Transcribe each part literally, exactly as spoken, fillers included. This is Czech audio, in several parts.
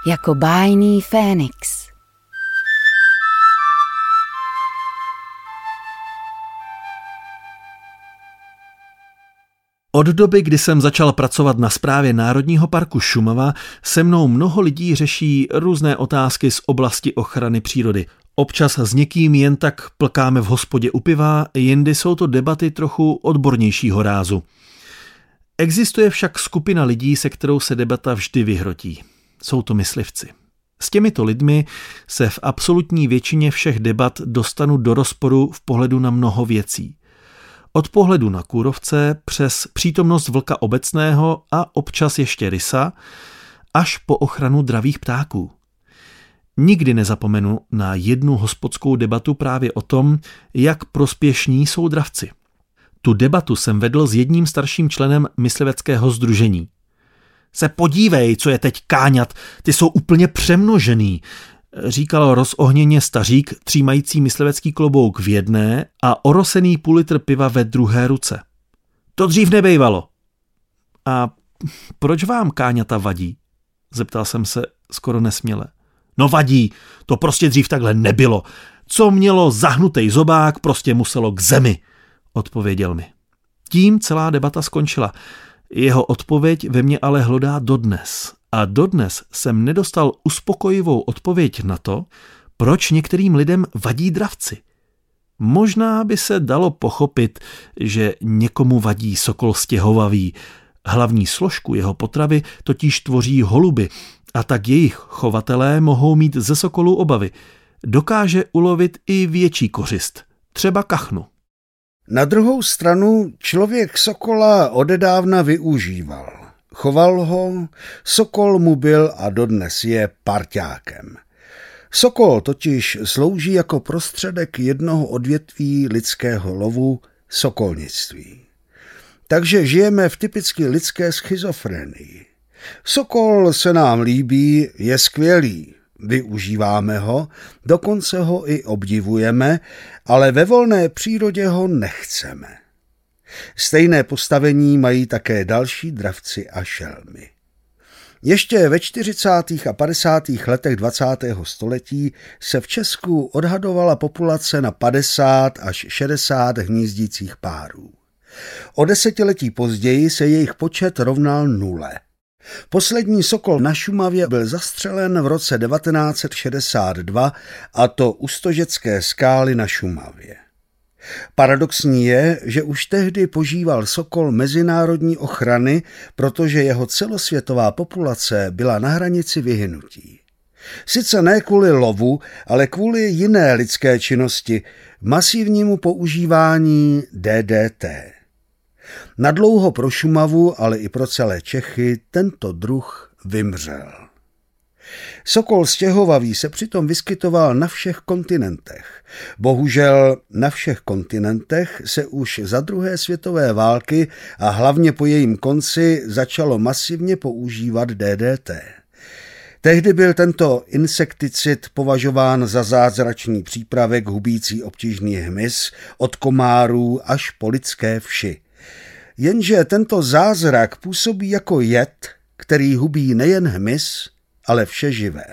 jako bájný fénix. Od doby, kdy jsem začal pracovat na správě Národního parku Šumava, se mnou mnoho lidí řeší různé otázky z oblasti ochrany přírody. Občas s někým jen tak plkáme v hospodě u piva, jindy jsou to debaty trochu odbornějšího rázu. Existuje však skupina lidí, se kterou se debata vždy vyhrotí. Jsou to myslivci. S těmito lidmi se v absolutní většině všech debat dostanu do rozporu v pohledu na mnoho věcí. Od pohledu na kůrovce přes přítomnost vlka obecného a občas ještě rysa, až po ochranu dravých ptáků. Nikdy nezapomenu na jednu hospodskou debatu právě o tom, jak prospěšní jsou dravci. Tu debatu jsem vedl s jedním starším členem mysliveckého sdružení. Se podívej, co je teď káňat, ty jsou úplně přemnožený, říkal rozohněně stařík, třímající myslivecký klobouk v jedné a orosený půl litr piva ve druhé ruce. To dřív nebejvalo. A proč vám káňata vadí? Zeptal jsem se skoro nesměle. No vadí, to prostě dřív takhle nebylo. Co mělo zahnutej zobák, prostě muselo k zemi, odpověděl mi. Tím celá debata skončila. Jeho odpověď ve mně ale hlodá dodnes. A dodnes jsem nedostal uspokojivou odpověď na to, proč některým lidem vadí dravci. Možná by se dalo pochopit, že někomu vadí sokol stěhovavý. Hlavní složku jeho potravy totiž tvoří holuby a tak jejich chovatelé mohou mít ze sokolů obavy. Dokáže ulovit i větší kořist, třeba kachnu. Na druhou stranu člověk sokola odedávna využíval. Choval ho, sokol mu byl a dodnes je parťákem. Sokol totiž slouží jako prostředek jednoho odvětví lidského lovu, sokolnictví. Takže žijeme v typicky lidské schizofrenii. Sokol se nám líbí, je skvělý, využíváme ho, dokonce ho i obdivujeme, ale ve volné přírodě ho nechceme. Stejné postavení mají také další dravci a šelmy. Ještě ve čtyřicátých a padesátých letech dvacátého století se v Česku odhadovala populace na padesát až šedesát hnízdících párů. O desetiletí později se jejich počet rovnal nule. Poslední sokol na Šumavě byl zastřelen v roce devatenáct set šedesát dva, a to u Stožecké skály na Šumavě. Paradoxní je, že už tehdy požíval sokol mezinárodní ochrany, protože jeho celosvětová populace byla na hranici vyhynutí. Sice ne kvůli lovu, ale kvůli jiné lidské činnosti, masivnímu používání D D T. Nadlouho pro Šumavu, ale i pro celé Čechy tento druh vymřel. Sokol stěhovavý se přitom vyskytoval na všech kontinentech. Bohužel na všech kontinentech se už za druhé světové války a hlavně po jejím konci začalo masivně používat D D T. Tehdy byl tento insekticid považován za zázračný přípravek hubící obtížný hmyz od komárů až po lidské vši. Jenže tento zázrak působí jako jed, který hubí nejen hmyz, ale vše živé.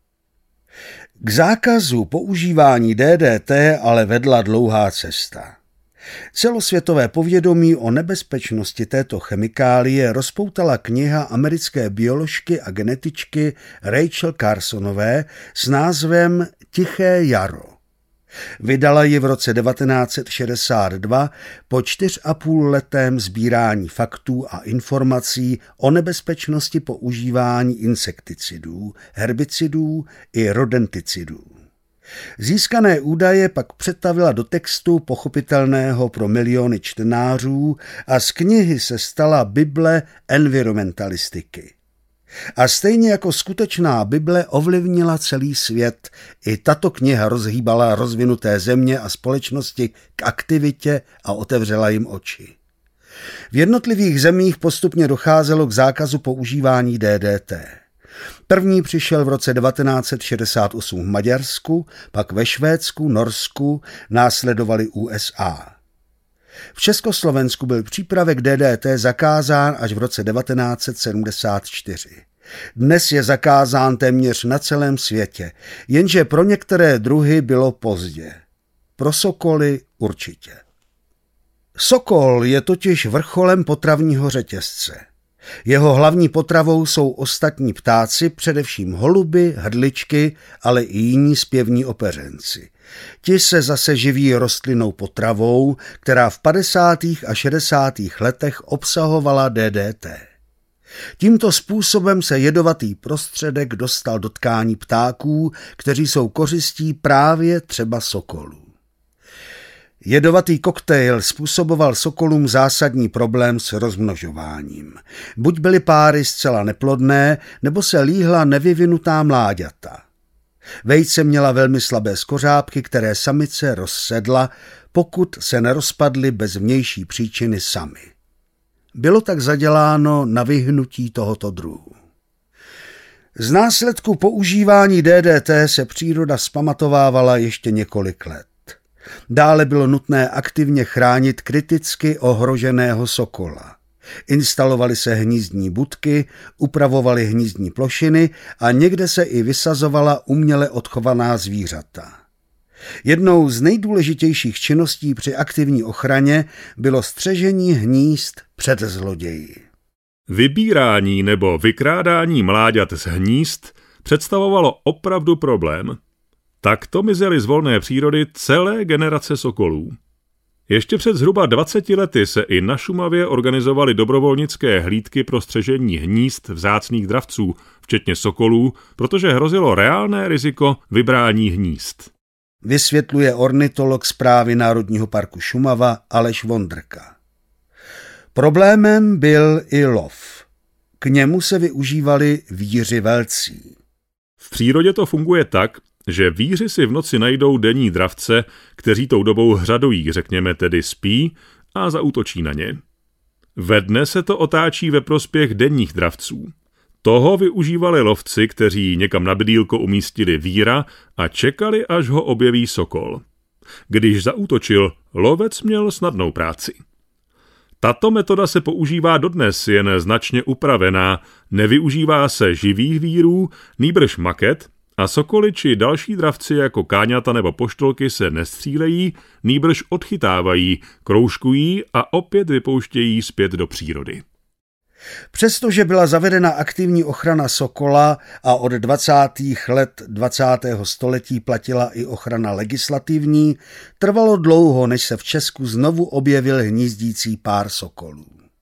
K zákazu používání D D T ale vedla dlouhá cesta. Celosvětové povědomí o nebezpečnosti této chemikálie rozpoutala kniha americké bioložky a genetičky Rachel Carsonové s názvem Tiché jaro. Vydala ji v roce devatenáct set šedesát dva po čtyř a půl letém sbírání faktů a informací o nebezpečnosti používání insekticidů, herbicidů i rodenticidů. Získané údaje pak přetavila do textu pochopitelného pro miliony čtenářů a z knihy se stala Bible environmentalistiky. A stejně jako skutečná Bible ovlivnila celý svět, i tato kniha rozhýbala rozvinuté země a společnosti k aktivitě a otevřela jim oči. V jednotlivých zemích postupně docházelo k zákazu používání D D T. První přišel v roce devatenáct set šedesát osm v Maďarsku, pak ve Švédsku, Norsku, následovali U S A. V Československu byl přípravek D D T zakázán až v roce devatenáct set sedmdesát čtyři. Dnes je zakázán téměř na celém světě, jenže pro některé druhy bylo pozdě. Pro sokoly určitě. Sokol je totiž vrcholem potravního řetězce. Jeho hlavní potravou jsou ostatní ptáci, především holuby, hrdličky, ale i jiní zpěvní opeřenci. Ti se zase živí rostlinnou potravou, která v padesátých a šedesátých letech obsahovala D D T. Tímto způsobem se jedovatý prostředek dostal do tkání ptáků, kteří jsou kořistí právě třeba sokolů. Jedovatý koktejl způsoboval sokolům zásadní problém s rozmnožováním. Buď byly páry zcela neplodné, nebo se líhla nevyvinutá mláďata. Vejce měla velmi slabé skořápky, které samice rozsedla, pokud se nerozpadly bez vnější příčiny samy. Bylo tak zaděláno na vyhnutí tohoto druhu. Z následku používání D D T se příroda vzpamatovávala ještě několik let. Dále bylo nutné aktivně chránit kriticky ohroženého sokola. Instalovaly se hnízdní budky, upravovaly hnízdní plošiny a někde se i vysazovala uměle odchovaná zvířata. Jednou z nejdůležitějších činností při aktivní ochraně bylo střežení hnízd před zloději. Vybírání nebo vykrádání mláďat z hnízd představovalo opravdu problém. Takto mizely z volné přírody celé generace sokolů. Ještě před zhruba dvaceti lety se i na Šumavě organizovaly dobrovolnické hlídky pro střežení hnízd vzácných dravců, včetně sokolů, protože hrozilo reálné riziko vybrání hnízd. Vysvětluje ornitolog Správy Národního parku Šumava Aleš Vondrka. Problémem byl i lov. K němu se využívali víři velcí. V přírodě to funguje tak, že víři si v noci najdou denní dravce, kteří tou dobou hřadují, řekněme tedy spí, a zaútočí na ně. Ve dne se to otáčí ve prospěch denních dravců. Toho využívali lovci, kteří někam na bydýlko umístili víra a čekali, až ho objeví sokol. Když zaútočil, lovec měl snadnou práci. Tato metoda se používá dodnes, jen značně upravená, nevyužívá se živých vírů, nýbrž maket, a sokoly či další dravci jako káňata nebo poštolky se nestřílejí, nýbrž odchytávají, kroužkují a opět vypouštějí zpět do přírody. Přestože byla zavedena aktivní ochrana sokola a od dvacátých let dvacátého století platila i ochrana legislativní, trvalo dlouho, než se v Česku znovu objevil hnízdící pár sokolů.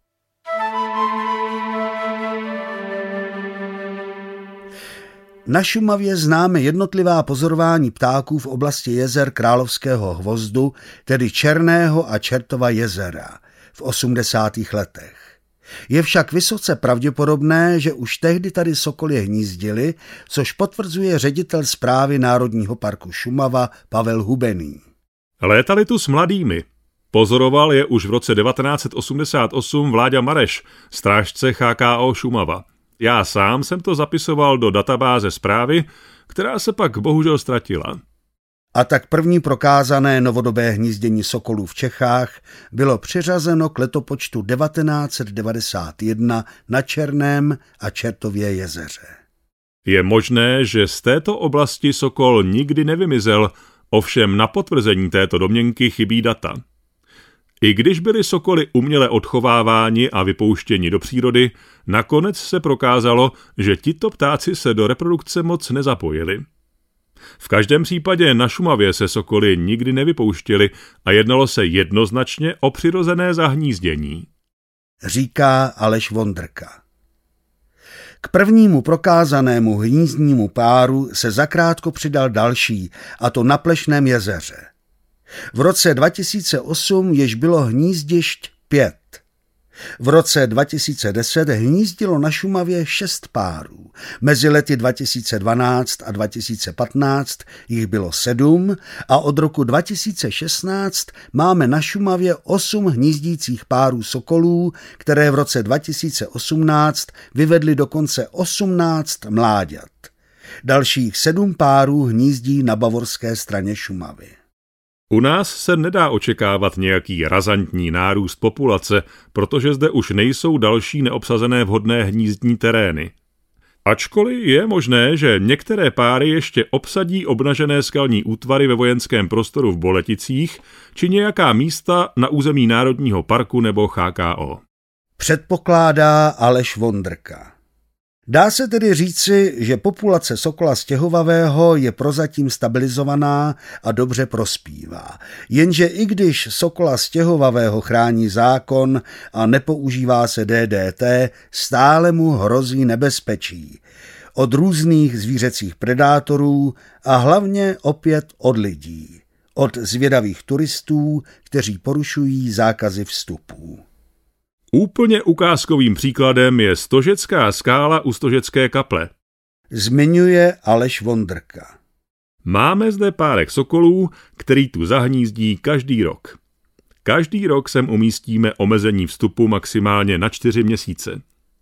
Na Šumavě známe jednotlivá pozorování ptáků v oblasti jezer Královského hvozdu, tedy Černého a Čertova jezera, v osmdesátých letech. Je však vysoce pravděpodobné, že už tehdy tady sokoly hnízdili, což potvrzuje ředitel Správy Národního parku Šumava Pavel Hubený. Létali tu s mladými. Pozoroval je už v roce devatenáct set osmdesát osm Vláďa Mareš, strážce H K O Šumava. Já sám jsem to zapisoval do databáze Správy, která se pak bohužel ztratila. A tak první prokázané novodobé hnízdění sokolů v Čechách bylo přiřazeno k letopočtu devatenáct set devadesát jedna na Černém a Čertově jezeře. Je možné, že z této oblasti sokol nikdy nevymizel, ovšem na potvrzení této domněnky chybí data. I když byly sokoly uměle odchováváni a vypouštěni do přírody, nakonec se prokázalo, že tito ptáci se do reprodukce moc nezapojili. V každém případě na Šumavě se sokoly nikdy nevypouštěly a jednalo se jednoznačně o přirozené zahnízdění. Říká Aleš Vondrka. K prvnímu prokázanému hnízdnímu páru se zakrátko přidal další, a to na Plešném jezeře. V roce dva tisíce osm již bylo hnízdišť pět. V roce dva tisíce deset hnízdilo na Šumavě šest párů. Mezi lety dva tisíce dvanáct a dva tisíce patnáct jich bylo sedm a od roku dva tisíce šestnáct máme na Šumavě osm hnízdících párů sokolů, které v roce dva tisíce osmnáct vyvedly dokonce osmnáct mláďat. Dalších sedm párů hnízdí na bavorské straně Šumavy. U nás se nedá očekávat nějaký razantní nárůst populace, protože zde už nejsou další neobsazené vhodné hnízdní terény. Ačkoliv je možné, že některé páry ještě obsadí obnažené skalní útvary ve vojenském prostoru v Boleticích či nějaká místa na území Národního parku nebo H K O. Předpokládá Aleš Vondrka. Dá se tedy říci, že populace sokola stěhovavého je prozatím stabilizovaná a dobře prospívá. Jenže i když sokola stěhovavého chrání zákon a nepoužívá se D D T, stále mu hrozí nebezpečí. Od různých zvířecích predátorů a hlavně opět od lidí. Od zvědavých turistů, kteří porušují zákazy vstupů. Úplně ukázkovým příkladem je Stožecká skála u Stožecké kaple. Zmiňuje Aleš Vondrka. Máme zde párek sokolů, který tu zahnízdí každý rok. Každý rok sem umístíme omezení vstupu maximálně na čtyři měsíce.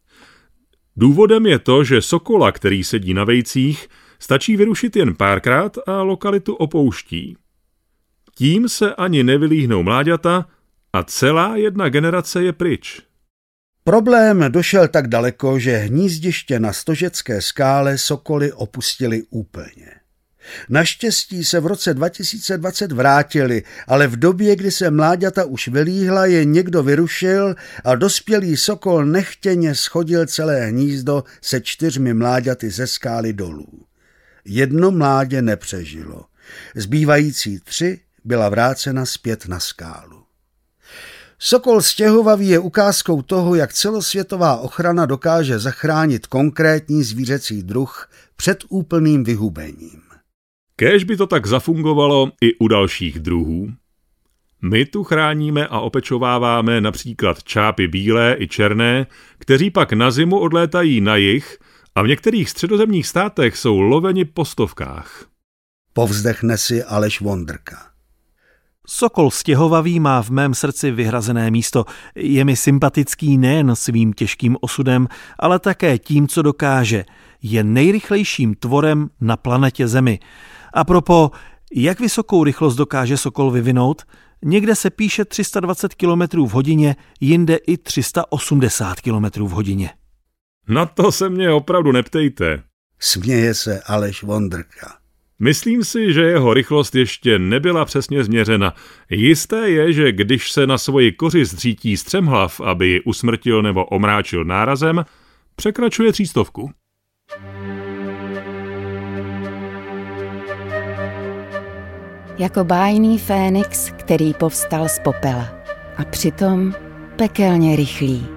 Důvodem je to, že sokola, který sedí na vejcích, stačí vyrušit jen párkrát a lokalitu opouští. Tím se ani nevylíhnou mláďata a celá jedna generace je pryč. Problém došel tak daleko, že hnízdiště na Stožecké skále sokoly opustili úplně. Naštěstí se v roce dva tisíce dvacet vrátili, ale v době, kdy se mláďata už vylíhla, je někdo vyrušil a dospělý sokol nechtěně schodil celé hnízdo se čtyřmi mláďaty ze skály dolů. Jedno mládě nepřežilo. Zbývající tři byla vrácena zpět na skálu. Sokol stěhovavý je ukázkou toho, jak celosvětová ochrana dokáže zachránit konkrétní zvířecí druh před úplným vyhubením. Kéž by to tak zafungovalo i u dalších druhů. My tu chráníme a opečováváme například čápy bílé i černé, kteří pak na zimu odlétají na jih a v některých středozemních státech jsou loveni po stovkách. Povzdechne si Aleš Vondrka. Sokol stěhovavý má v mém srdci vyhrazené místo. Je mi sympatický nejen svým těžkým osudem, ale také tím, co dokáže. Je nejrychlejším tvorem na planetě Zemi. A propo, jak vysokou rychlost dokáže sokol vyvinout? Někde se píše tři sta dvacet kilometrů v hodině, jinde i tři sta osmdesát kilometrů v hodině. Na to se mě opravdu neptejte. Směje se Aleš Vondrka. Myslím si, že jeho rychlost ještě nebyla přesně změřena. Jisté je, že když se na svoji koři zřítí střemhlav, aby ji usmrtil nebo omráčil nárazem, překračuje třístovku. Jako bájný fénix, který povstal z popela. A přitom pekelně rychlý.